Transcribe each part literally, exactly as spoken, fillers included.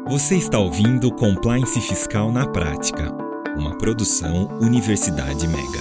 Você está ouvindo Compliance Fiscal na Prática, uma produção Universidade Mega.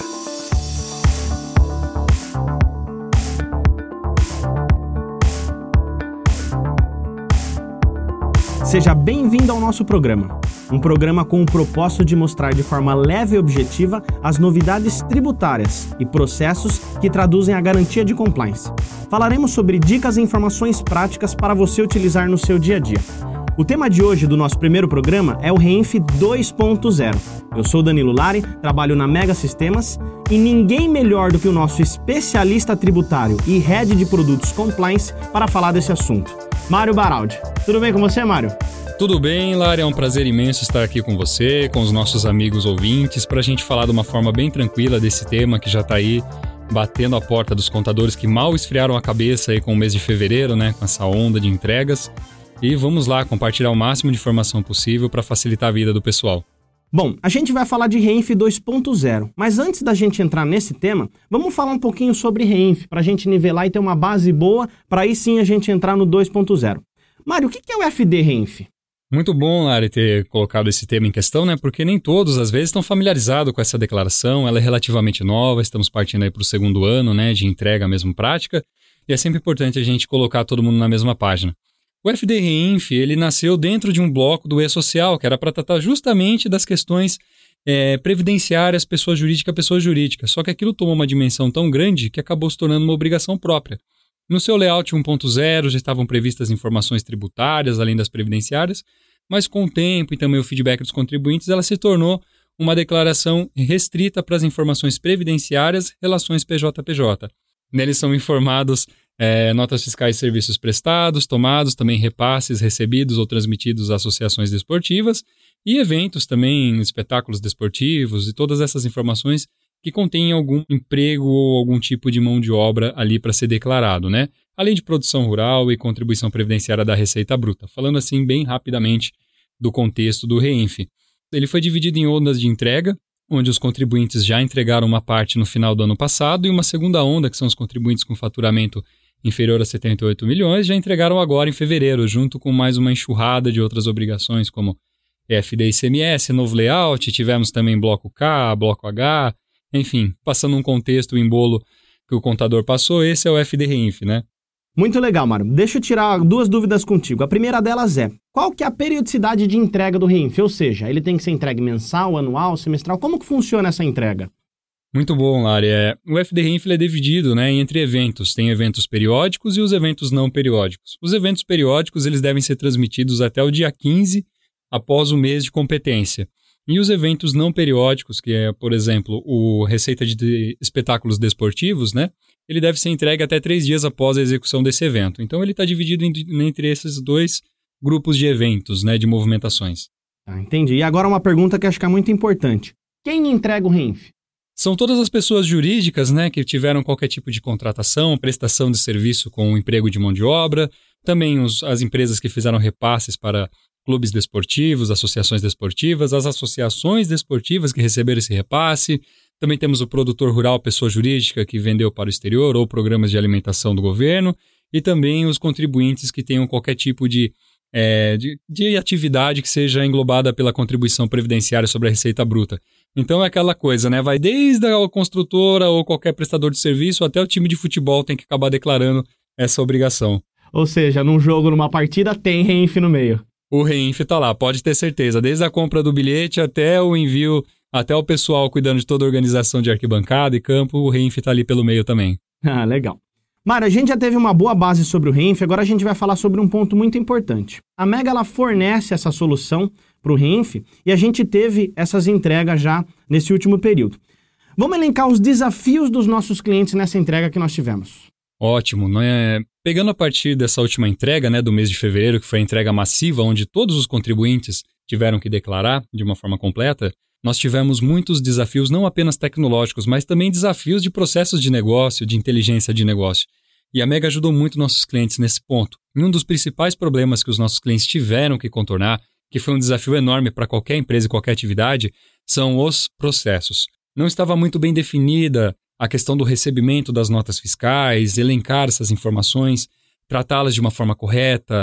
Seja bem-vindo ao nosso programa. Um programa com o propósito de mostrar de forma leve e objetiva as novidades tributárias e processos que traduzem a garantia de compliance. Falaremos sobre dicas e informações práticas para você utilizar no seu dia a dia. O tema de hoje do nosso primeiro programa é o REINF dois ponto zero. Eu sou Danilo Lari, trabalho na Mega Sistemas e ninguém melhor do que o nosso especialista tributário e head de produtos compliance para falar desse assunto. Mário Baraldi. Tudo bem com você, Mário? Tudo bem, Lari, é um prazer imenso estar aqui com você, com os nossos amigos ouvintes, para a gente falar de uma forma bem tranquila desse tema que já está aí batendo a porta dos contadores que mal esfriaram a cabeça aí com o mês de fevereiro, né, com essa onda de entregas. E vamos lá compartilhar o máximo de informação possível para facilitar a vida do pessoal. Bom, a gente vai falar de REINF dois ponto zero, mas antes da gente entrar nesse tema, vamos falar um pouquinho sobre REINF, para a gente nivelar e ter uma base boa, para aí sim a gente entrar no dois ponto zero. Mário, o que é o F D REINF? Muito bom, Lari, ter colocado esse tema em questão, né? Porque nem todos, às vezes, estão familiarizados com essa declaração. Ela é relativamente nova, estamos partindo aí para o segundo ano, né, de entrega mesmo prática, e é sempre importante a gente colocar todo mundo na mesma página. O F D REINF, ele nasceu dentro de um bloco do E-Social, que era para tratar justamente das questões é, previdenciárias, pessoa jurídica, pessoa jurídica. Só que aquilo tomou uma dimensão tão grande que acabou se tornando uma obrigação própria. No seu layout um ponto zero já estavam previstas informações tributárias, além das previdenciárias, mas com o tempo e também o feedback dos contribuintes, ela se tornou uma declaração restrita para as informações previdenciárias, relações P J P J. Neles são informados É, notas fiscais e serviços prestados, tomados, também repasses recebidos ou transmitidos a associações desportivas e eventos também, espetáculos desportivos e todas essas informações que contêm algum emprego ou algum tipo de mão de obra ali para ser declarado, né? Além de produção rural e contribuição previdenciária da Receita Bruta. Falando assim bem rapidamente do contexto do REINF. Ele foi dividido em ondas de entrega, onde os contribuintes já entregaram uma parte no final do ano passado e uma segunda onda, que são os contribuintes com faturamento inferior a setenta e oito milhões, já entregaram agora em fevereiro, junto com mais uma enxurrada de outras obrigações, como F D I C M S, novo layout, tivemos também bloco K, bloco H, enfim, passando um contexto, o embolo que o contador passou, esse é o F D REINF, né? Muito legal, Mário. Deixa eu tirar duas dúvidas contigo. A primeira delas é, qual que é a periodicidade de entrega do REINF? Ou seja, ele tem que ser entregue mensal, anual, semestral? Como que funciona essa entrega? Muito bom, Lari. É, o F D REINF é dividido, né, entre eventos. Tem eventos periódicos e os eventos não periódicos. Os eventos periódicos eles devem ser transmitidos até o dia quinze, após o mês de competência. E os eventos não periódicos, que é, por exemplo, o Receita de Espetáculos Desportivos, né, ele deve ser entregue até três dias após a execução desse evento. Então, ele está dividido em, entre esses dois grupos de eventos, né, de movimentações. Ah, entendi. E agora uma pergunta que acho que é muito importante. Quem entrega o REINF? São todas as pessoas jurídicas, né, que tiveram qualquer tipo de contratação, prestação de serviço com o emprego de mão de obra, também os, as empresas que fizeram repasses para clubes desportivos, associações desportivas, as associações desportivas que receberam esse repasse, também temos o produtor rural, pessoa jurídica que vendeu para o exterior ou programas de alimentação do governo e também os contribuintes que tenham qualquer tipo de, é, de, de atividade que seja englobada pela contribuição previdenciária sobre a Receita Bruta. Então é aquela coisa, né? Vai desde a construtora ou qualquer prestador de serviço até o time de futebol tem que acabar declarando essa obrigação. Ou seja, num jogo, numa partida, tem REINF no meio. O REINF está lá, pode ter certeza. Desde a compra do bilhete até o envio, até o pessoal cuidando de toda a organização de arquibancada e campo, o REINF está ali pelo meio também. Ah, legal. Mário, a gente já teve uma boa base sobre o REINF, agora a gente vai falar sobre um ponto muito importante. A Mega ela fornece essa solução para o REINF e a gente teve essas entregas já nesse último período. Vamos elencar os desafios dos nossos clientes nessa entrega que nós tivemos. Ótimo, né? Pegando a partir dessa última entrega, né, do mês de fevereiro, que foi a entrega massiva, onde todos os contribuintes tiveram que declarar de uma forma completa, nós tivemos muitos desafios, não apenas tecnológicos, mas também desafios de processos de negócio, de inteligência de negócio. E a Mega ajudou muito nossos clientes nesse ponto. E um dos principais problemas que os nossos clientes tiveram que contornar, que foi um desafio enorme para qualquer empresa e qualquer atividade, são os processos. Não estava muito bem definida a questão do recebimento das notas fiscais, elencar essas informações, tratá-las de uma forma correta,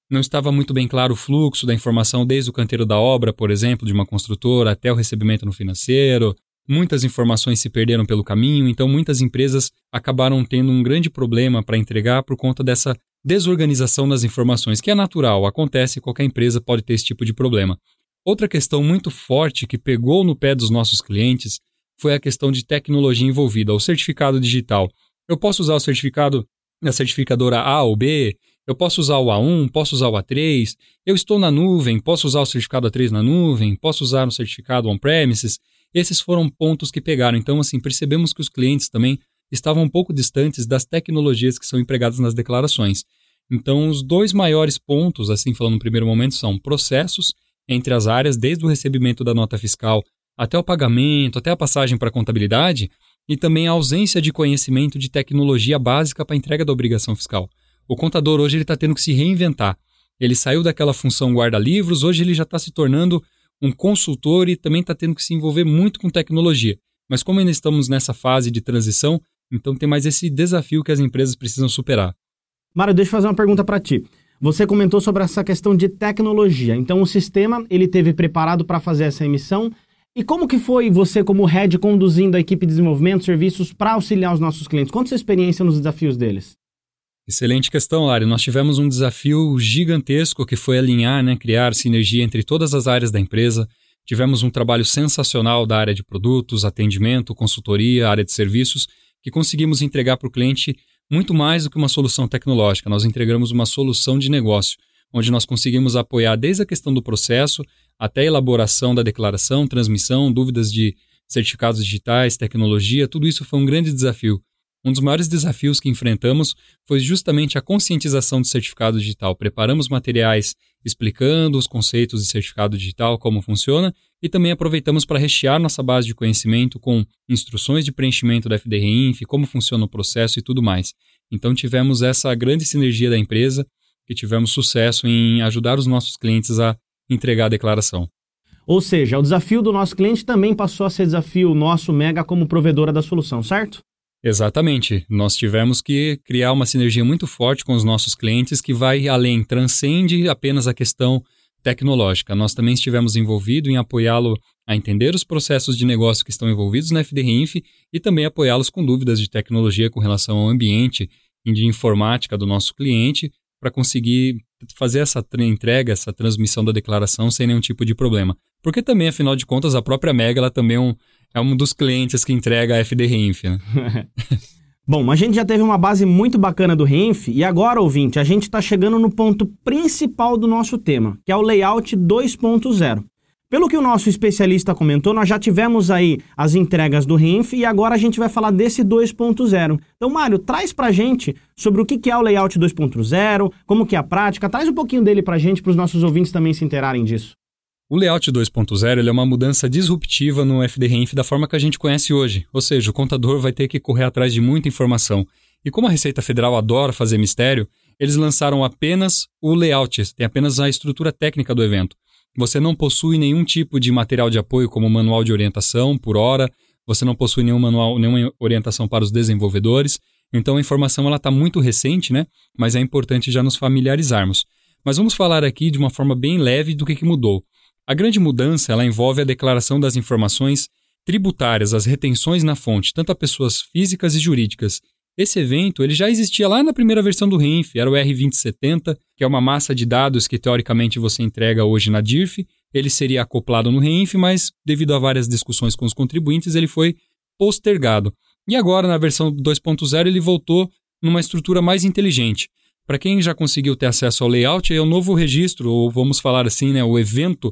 não estava muito bem claro o fluxo da informação desde o canteiro da obra, por exemplo, de uma construtora, até o recebimento no financeiro. Muitas informações se perderam pelo caminho, então muitas empresas acabaram tendo um grande problema para entregar por conta dessa desorganização das informações, que é natural, acontece, qualquer empresa pode ter esse tipo de problema. Outra questão muito forte que pegou no pé dos nossos clientes foi a questão de tecnologia envolvida, o certificado digital. Eu posso usar o certificado da certificadora A ou B, eu posso usar o A um, posso usar o A três, eu estou na nuvem, posso usar o certificado A três na nuvem, posso usar o certificado on-premises. Esses foram pontos que pegaram. Então, assim, percebemos que os clientes também estavam um pouco distantes das tecnologias que são empregadas nas declarações. Então, os dois maiores pontos, assim falando no primeiro momento, são processos entre as áreas, desde o recebimento da nota fiscal até o pagamento, até a passagem para a contabilidade, e também a ausência de conhecimento de tecnologia básica para a entrega da obrigação fiscal. O contador hoje está tendo que se reinventar. Ele saiu daquela função guarda-livros, hoje ele já está se tornando um consultor e também está tendo que se envolver muito com tecnologia. Mas como ainda estamos nessa fase de transição, então tem mais esse desafio que as empresas precisam superar. Mário, deixa eu fazer uma pergunta para ti. Você comentou sobre essa questão de tecnologia. Então o sistema ele teve preparado para fazer essa emissão. E como que foi você como head conduzindo a equipe de desenvolvimento, serviços para auxiliar os nossos clientes? Conta sua experiência nos desafios deles. Excelente questão, Lário. Nós tivemos um desafio gigantesco que foi alinhar, né, criar sinergia entre todas as áreas da empresa. Tivemos um trabalho sensacional da área de produtos, atendimento, consultoria, área de serviços, que conseguimos entregar para o cliente muito mais do que uma solução tecnológica. Nós entregamos uma solução de negócio, onde nós conseguimos apoiar desde a questão do processo até a elaboração da declaração, transmissão, dúvidas de certificados digitais, tecnologia, tudo isso foi um grande desafio. Um dos maiores desafios que enfrentamos foi justamente a conscientização do certificado digital. Preparamos materiais explicando os conceitos de certificado digital, como funciona, e também aproveitamos para rechear nossa base de conhecimento com instruções de preenchimento da F D R I N F, como funciona o processo e tudo mais. Então tivemos essa grande sinergia da empresa e tivemos sucesso em ajudar os nossos clientes a entregar a declaração. Ou seja, o desafio do nosso cliente também passou a ser desafio nosso, Mega, como provedora da solução, certo? Exatamente. Nós tivemos que criar uma sinergia muito forte com os nossos clientes que vai além, transcende apenas a questão tecnológica. Nós também estivemos envolvidos em apoiá-lo a entender os processos de negócio que estão envolvidos na F D R I N F e também apoiá-los com dúvidas de tecnologia com relação ao ambiente e de informática do nosso cliente para conseguir fazer essa entrega, essa transmissão da declaração sem nenhum tipo de problema. Porque também, afinal de contas, a própria Mega ela também é um, é um dos clientes que entrega a F D R I N F, né? Bom, a gente já teve uma base muito bacana do R I N F e agora, ouvinte, a gente está chegando no ponto principal do nosso tema, que é o Layout dois ponto zero. Pelo que o nosso especialista comentou, nós já tivemos aí as entregas do R I N F e agora a gente vai falar desse dois ponto zero. Então, Mário, traz pra gente sobre o que é o Layout dois ponto zero, como que é a prática, traz um pouquinho dele pra gente, para os nossos ouvintes também se inteirarem disso. O Layout dois ponto zero ele é uma mudança disruptiva no F D R I N F da forma que a gente conhece hoje, ou seja, o contador vai ter que correr atrás de muita informação. E como a Receita Federal adora fazer mistério, eles lançaram apenas o layout, tem apenas a estrutura técnica do evento. Você não possui nenhum tipo de material de apoio como manual de orientação por hora, você não possui nenhum manual, nenhuma orientação para os desenvolvedores, então a informação está muito recente, né? Mas é importante já nos familiarizarmos. Mas vamos falar aqui de uma forma bem leve do que, que mudou. A grande mudança ela envolve a declaração das informações tributárias, as retenções na fonte, tanto a pessoas físicas e jurídicas. Esse evento ele já existia lá na primeira versão do R I N F, era o R vinte setenta, que é uma massa de dados que teoricamente você entrega hoje na D I R F. Ele seria acoplado no R I N F, mas devido a várias discussões com os contribuintes, ele foi postergado. E agora, na versão dois ponto zero, ele voltou numa estrutura mais inteligente. Para quem já conseguiu ter acesso ao layout, é o novo registro, ou vamos falar assim, né, o evento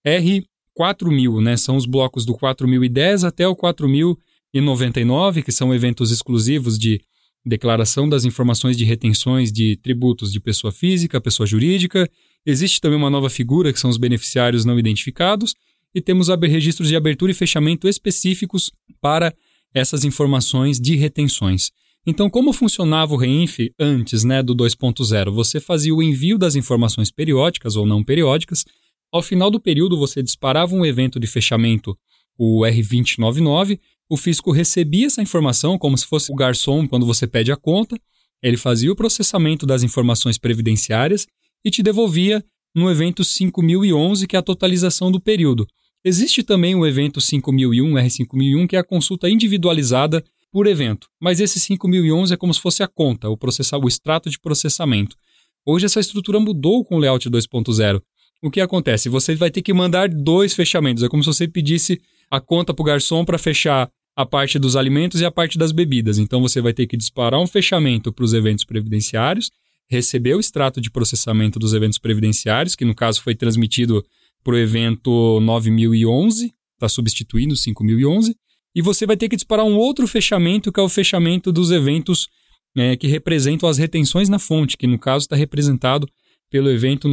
R quatro mil, né, são os blocos do quatro mil e dez até o quatro mil e noventa e nove, que são eventos exclusivos de declaração das informações de retenções de tributos de pessoa física, pessoa jurídica. Existe também uma nova figura, que são os beneficiários não identificados, e temos registros de abertura e fechamento específicos para essas informações de retenções. Então, como funcionava o R I N F antes, né, do dois ponto zero? Você fazia o envio das informações periódicas ou não periódicas. Ao final do período, você disparava um evento de fechamento, o R vinte noventa e nove, o fisco recebia essa informação como se fosse o garçom quando você pede a conta, ele fazia o processamento das informações previdenciárias e te devolvia no evento cinco mil e onze, que é a totalização do período. Existe também o evento cinco mil e um, R cinco mil e um, que é a consulta individualizada por evento. Mas esse cinco mil e onze é como se fosse a conta, o, processa- o extrato de processamento. Hoje essa estrutura mudou com o Layout dois ponto zero. O que acontece? Você vai ter que mandar dois fechamentos. É como se você pedisse a conta para o garçom para fechar a parte dos alimentos e a parte das bebidas. Então você vai ter que disparar um fechamento para os eventos previdenciários, receber o extrato de processamento dos eventos previdenciários, que no caso foi transmitido para o evento nove mil e onze, está substituindo o cinco mil e onze, e você vai ter que disparar um outro fechamento, que é o fechamento dos eventos é, que representam as retenções na fonte, que no caso está representado pelo evento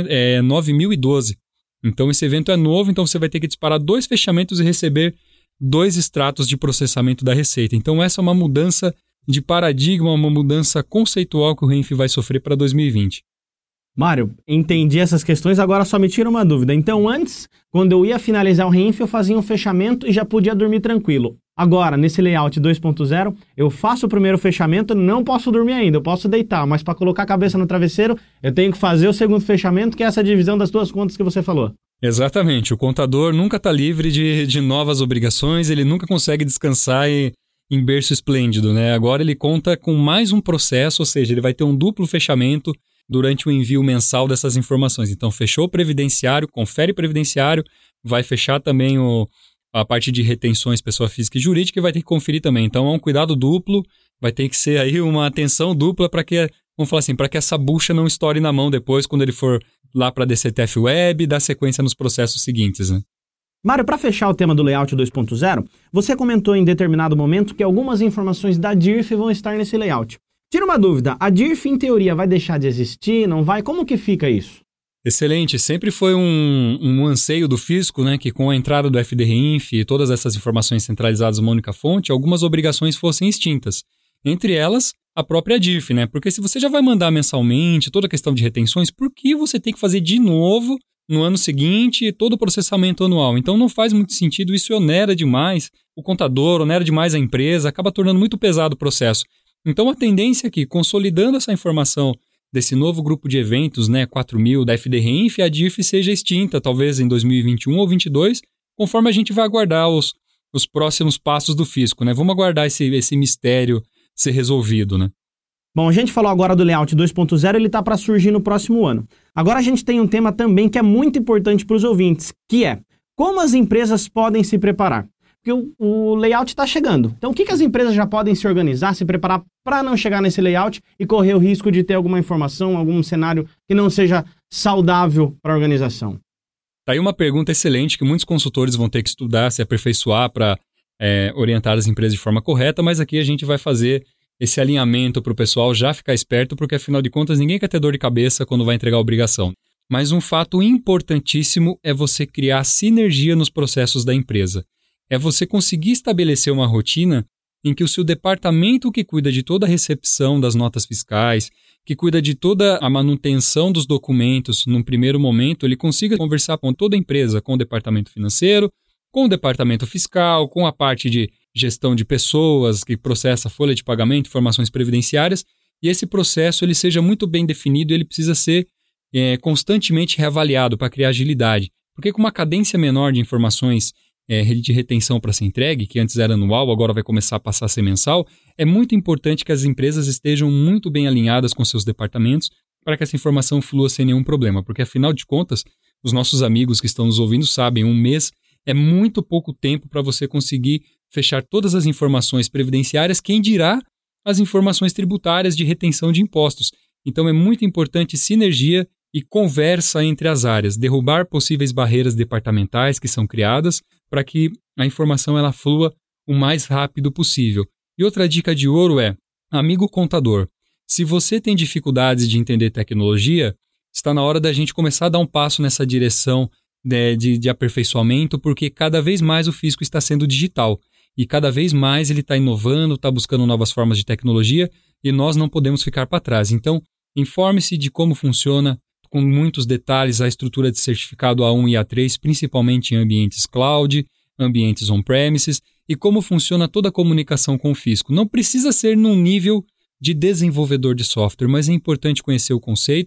nove mil e doze. Então esse evento é novo, então você vai ter que disparar dois fechamentos e receber dois extratos de processamento da receita. Então essa é uma mudança de paradigma, uma mudança conceitual que o Renfe vai sofrer para dois mil e vinte. Mário, entendi essas questões, agora só me tira uma dúvida. Então antes, quando eu ia finalizar o Renfe, eu fazia um fechamento e já podia dormir tranquilo. Agora, nesse Layout dois ponto zero, eu faço o primeiro fechamento, não posso dormir ainda, eu posso deitar, mas para colocar a cabeça no travesseiro, eu tenho que fazer o segundo fechamento, que é essa divisão das duas contas que você falou. Exatamente, o contador nunca está livre de, de novas obrigações, ele nunca consegue descansar em, em berço esplêndido, né? Agora ele conta com mais um processo, ou seja, ele vai ter um duplo fechamento durante o envio mensal dessas informações. Então, fechou o previdenciário, confere previdenciário, vai fechar também o, a parte de retenções pessoa física e jurídica e vai ter que conferir também. Então, é um cuidado duplo, vai ter que ser aí uma atenção dupla para que, vamos falar assim, para que essa bucha não estoure na mão depois, quando ele for lá para a D C T F Web e dar sequência nos processos seguintes, né? Mário, para fechar o tema do Layout dois ponto zero, você comentou em determinado momento que algumas informações da D I R F vão estar nesse layout. Tira uma dúvida, a D I R F em teoria vai deixar de existir, não vai? Como que fica isso? Excelente, sempre foi um, um anseio do fisco, né, que com a entrada do F D R I N F e todas essas informações centralizadas numa única fonte, algumas obrigações fossem extintas. Entre elas, a própria D I R F, né? Porque se você já vai mandar mensalmente toda a questão de retenções, por que você tem que fazer de novo no ano seguinte todo o processamento anual? Então não faz muito sentido, isso onera demais o contador, onera demais a empresa, acaba tornando muito pesado o processo. Então a tendência é que, consolidando essa informação desse novo grupo de eventos, né, quatro mil da F D R I N F, a D I R F seja extinta, talvez em dois mil e vinte e um ou dois mil e vinte e dois, conforme a gente vai aguardar os, os próximos passos do fisco, né? Vamos aguardar esse, esse mistério ser resolvido, né? Bom, a gente falou agora do Layout dois ponto zero, ele está para surgir no próximo ano. Agora a gente tem um tema também que é muito importante para os ouvintes, que é como as empresas podem se preparar. Porque o, o layout está chegando. Então, o que, que as empresas já podem se organizar, se preparar para não chegar nesse layout e correr o risco de ter alguma informação, algum cenário que não seja saudável para a organização? Tá aí uma pergunta excelente que muitos consultores vão ter que estudar, se aperfeiçoar para é, orientar as empresas de forma correta, mas aqui a gente vai fazer esse alinhamento para o pessoal já ficar esperto, porque afinal de contas ninguém quer ter dor de cabeça quando vai entregar a obrigação. Mas um fato importantíssimo é você criar sinergia nos processos da empresa. É você conseguir estabelecer uma rotina em que o seu departamento que cuida de toda a recepção das notas fiscais, que cuida de toda a manutenção dos documentos, num primeiro momento, ele consiga conversar com toda a empresa, com o departamento financeiro, com o departamento fiscal, com a parte de gestão de pessoas, que processa a folha de pagamento, informações previdenciárias, e esse processo ele seja muito bem definido e ele precisa ser é, constantemente reavaliado para criar agilidade. Porque com uma cadência menor de informações É, de retenção para ser entregue, que antes era anual, agora vai começar a passar a ser mensal, é muito importante que as empresas estejam muito bem alinhadas com seus departamentos para que essa informação flua sem nenhum problema, porque afinal de contas, os nossos amigos que estão nos ouvindo sabem, um mês é muito pouco tempo para você conseguir fechar todas as informações previdenciárias, quem dirá as informações tributárias de retenção de impostos. Então é muito importante sinergia e conversa entre as áreas, derrubar possíveis barreiras departamentais que são criadas para que a informação ela flua o mais rápido possível. E outra dica de ouro é, amigo contador, se você tem dificuldades de entender tecnologia, está na hora da gente começar a dar um passo nessa direção de, de, de aperfeiçoamento, porque cada vez mais o fisco está sendo digital e cada vez mais ele está inovando, está buscando novas formas de tecnologia e nós não podemos ficar para trás. Então, informe-se de como funciona com muitos detalhes a estrutura de certificado A um e A três, principalmente em ambientes cloud, ambientes on-premises, e como funciona toda a comunicação com o fisco. Não precisa ser num nível de desenvolvedor de software, mas é importante conhecer o conceito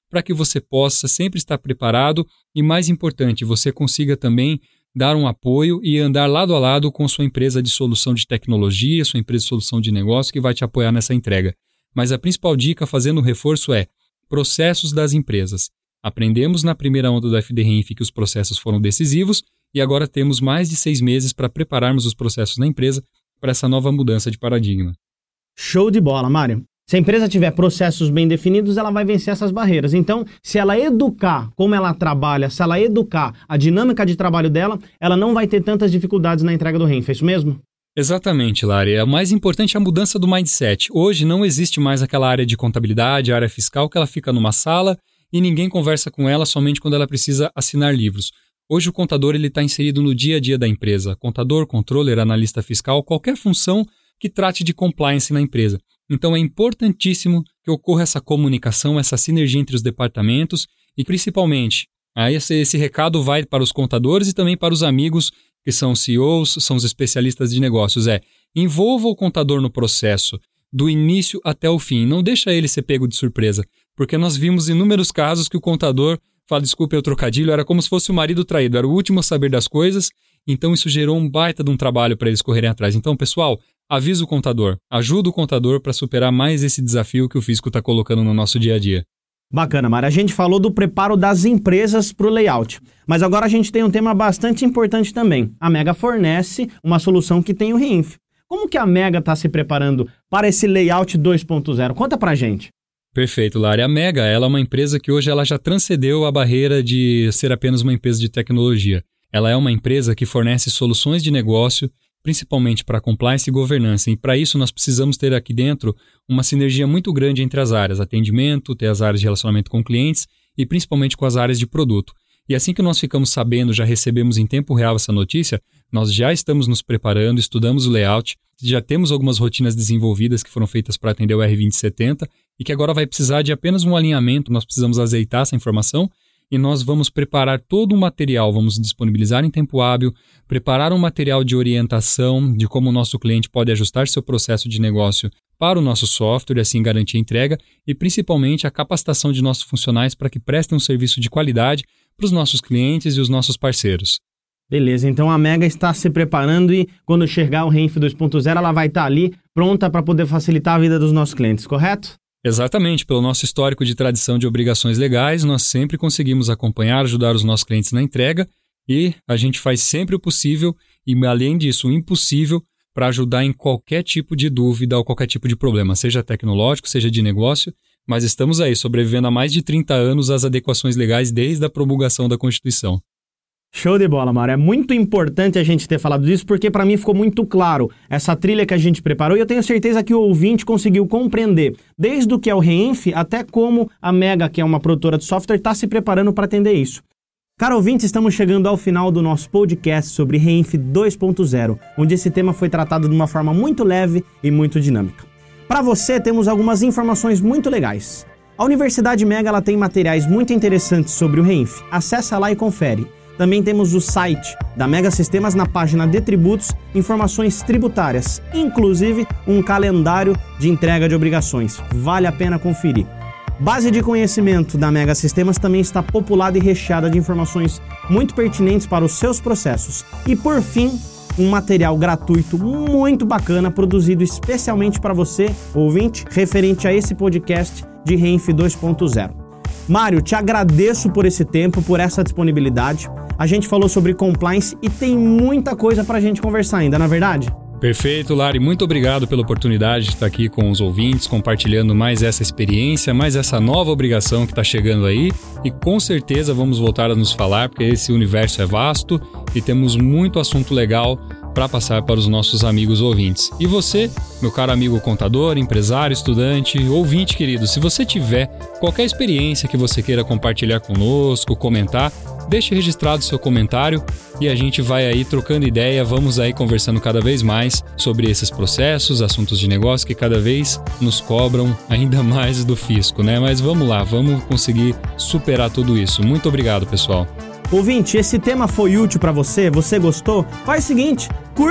para que você possa sempre estar preparado e, mais importante, você consiga também dar um apoio e andar lado a lado com sua empresa de solução de tecnologia, sua empresa de solução de negócio que vai te apoiar nessa entrega. Mas a principal dica, fazendo um reforço, é processos das empresas. Aprendemos na primeira onda do F D Renf que os processos foram decisivos e agora temos mais de seis meses para prepararmos os processos na empresa para essa nova mudança de paradigma. Show de bola, Mário. Se a empresa tiver processos bem definidos, ela vai vencer essas barreiras. Então, se ela educar como ela trabalha, se ela educar a dinâmica de trabalho dela, ela não vai ter tantas dificuldades na entrega do Renf, é isso mesmo? Exatamente, Lari. O mais importante é a mudança do mindset. Hoje não existe mais aquela área de contabilidade, a área fiscal, que ela fica numa sala e ninguém conversa com ela somente quando ela precisa assinar livros. Hoje o contador está inserido no dia a dia da empresa. Contador, controller, analista fiscal, qualquer função que trate de compliance na empresa. Então é importantíssimo que ocorra essa comunicação, essa sinergia entre os departamentos e principalmente, aí esse, esse recado vai para os contadores e também para os amigos que são C E Os, são os especialistas de negócios, é envolva o contador no processo, do início até o fim, não deixa ele ser pego de surpresa, porque nós vimos inúmeros casos que o contador, fala, desculpe o trocadilho, era como se fosse o marido traído, era o último a saber das coisas, então isso gerou um baita de um trabalho para eles correrem atrás. Então, pessoal, avisa o contador, ajuda o contador para superar mais esse desafio que o físico está colocando no nosso dia a dia. Bacana, Mário. A gente falou do preparo das empresas para o layout, mas agora a gente tem um tema bastante importante também. A Mega fornece uma solução que tem o Renf. Como que a Mega está se preparando para esse layout dois ponto zero? Conta pra gente. Perfeito, Lari. A Mega ela é uma empresa que hoje ela já transcendeu a barreira de ser apenas uma empresa de tecnologia. Ela é uma empresa que fornece soluções de negócio, principalmente para compliance e governança. E para isso nós precisamos ter aqui dentro uma sinergia muito grande entre as áreas, atendimento, ter as áreas de relacionamento com clientes e principalmente com as áreas de produto. E assim que nós ficamos sabendo, já recebemos em tempo real essa notícia, nós já estamos nos preparando, estudamos o layout, já temos algumas rotinas desenvolvidas que foram feitas para atender o R vinte setenta e que agora vai precisar de apenas um alinhamento, nós precisamos azeitar essa informação e nós vamos preparar todo o material, vamos disponibilizar em tempo hábil, preparar um material de orientação de como o nosso cliente pode ajustar seu processo de negócio para o nosso software e assim garantir a entrega e principalmente a capacitação de nossos funcionários para que prestem um serviço de qualidade para os nossos clientes e os nossos parceiros. Beleza, então a Mega está se preparando e quando chegar o Renf dois ponto zero ela vai estar ali pronta para poder facilitar a vida dos nossos clientes, correto? Exatamente, pelo nosso histórico de tradição de obrigações legais, nós sempre conseguimos acompanhar, ajudar os nossos clientes na entrega e a gente faz sempre o possível e, além disso, o impossível para ajudar em qualquer tipo de dúvida ou qualquer tipo de problema, seja tecnológico, seja de negócio, mas estamos aí sobrevivendo há mais de trinta anos às adequações legais desde a promulgação da Constituição. Show de bola, Mário. É muito importante a gente ter falado disso porque para mim ficou muito claro essa trilha que a gente preparou e eu tenho certeza que o ouvinte conseguiu compreender desde o que é o Renf até como a Mega, que é uma produtora de software, está se preparando para atender isso. Caro ouvinte, estamos chegando ao final do nosso podcast sobre Renf dois ponto zero, onde esse tema foi tratado de uma forma muito leve e muito dinâmica. Para você, temos algumas informações muito legais. A Universidade Mega ela tem materiais muito interessantes sobre o Renf. Acesse lá e confere. Também temos o site da Mega Sistemas na página de tributos, informações tributárias, inclusive um calendário de entrega de obrigações. Vale a pena conferir. Base de conhecimento da Mega Sistemas também está populada e recheada de informações muito pertinentes para os seus processos. E por fim, um material gratuito muito bacana produzido especialmente para você, ouvinte, referente a esse podcast de Renf dois ponto zero. Mário, te agradeço por esse tempo, por essa disponibilidade. A gente falou sobre compliance e tem muita coisa para a gente conversar ainda, não é verdade? Perfeito, Lari. Muito obrigado pela oportunidade de estar aqui com os ouvintes, compartilhando mais essa experiência, mais essa nova obrigação que está chegando aí. E com certeza vamos voltar a nos falar, porque esse universo é vasto e temos muito assunto legal para passar para os nossos amigos ouvintes. E você, meu caro amigo contador, empresário, estudante, ouvinte querido, se você tiver qualquer experiência que você queira compartilhar conosco, comentar, deixe registrado seu comentário e a gente vai aí trocando ideia, vamos aí conversando cada vez mais sobre esses processos, assuntos de negócio que cada vez nos cobram ainda mais do fisco, né? Mas vamos lá, vamos conseguir superar tudo isso. Muito obrigado, pessoal. Ouvinte, esse tema foi útil para você? Você gostou? Faz o seguinte, curte,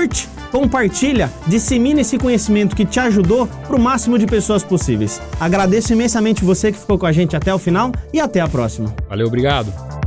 Compartilha, dissemina esse conhecimento que te ajudou para o máximo de pessoas possíveis. Agradeço imensamente você que ficou com a gente até o final e até a próxima. Valeu, obrigado.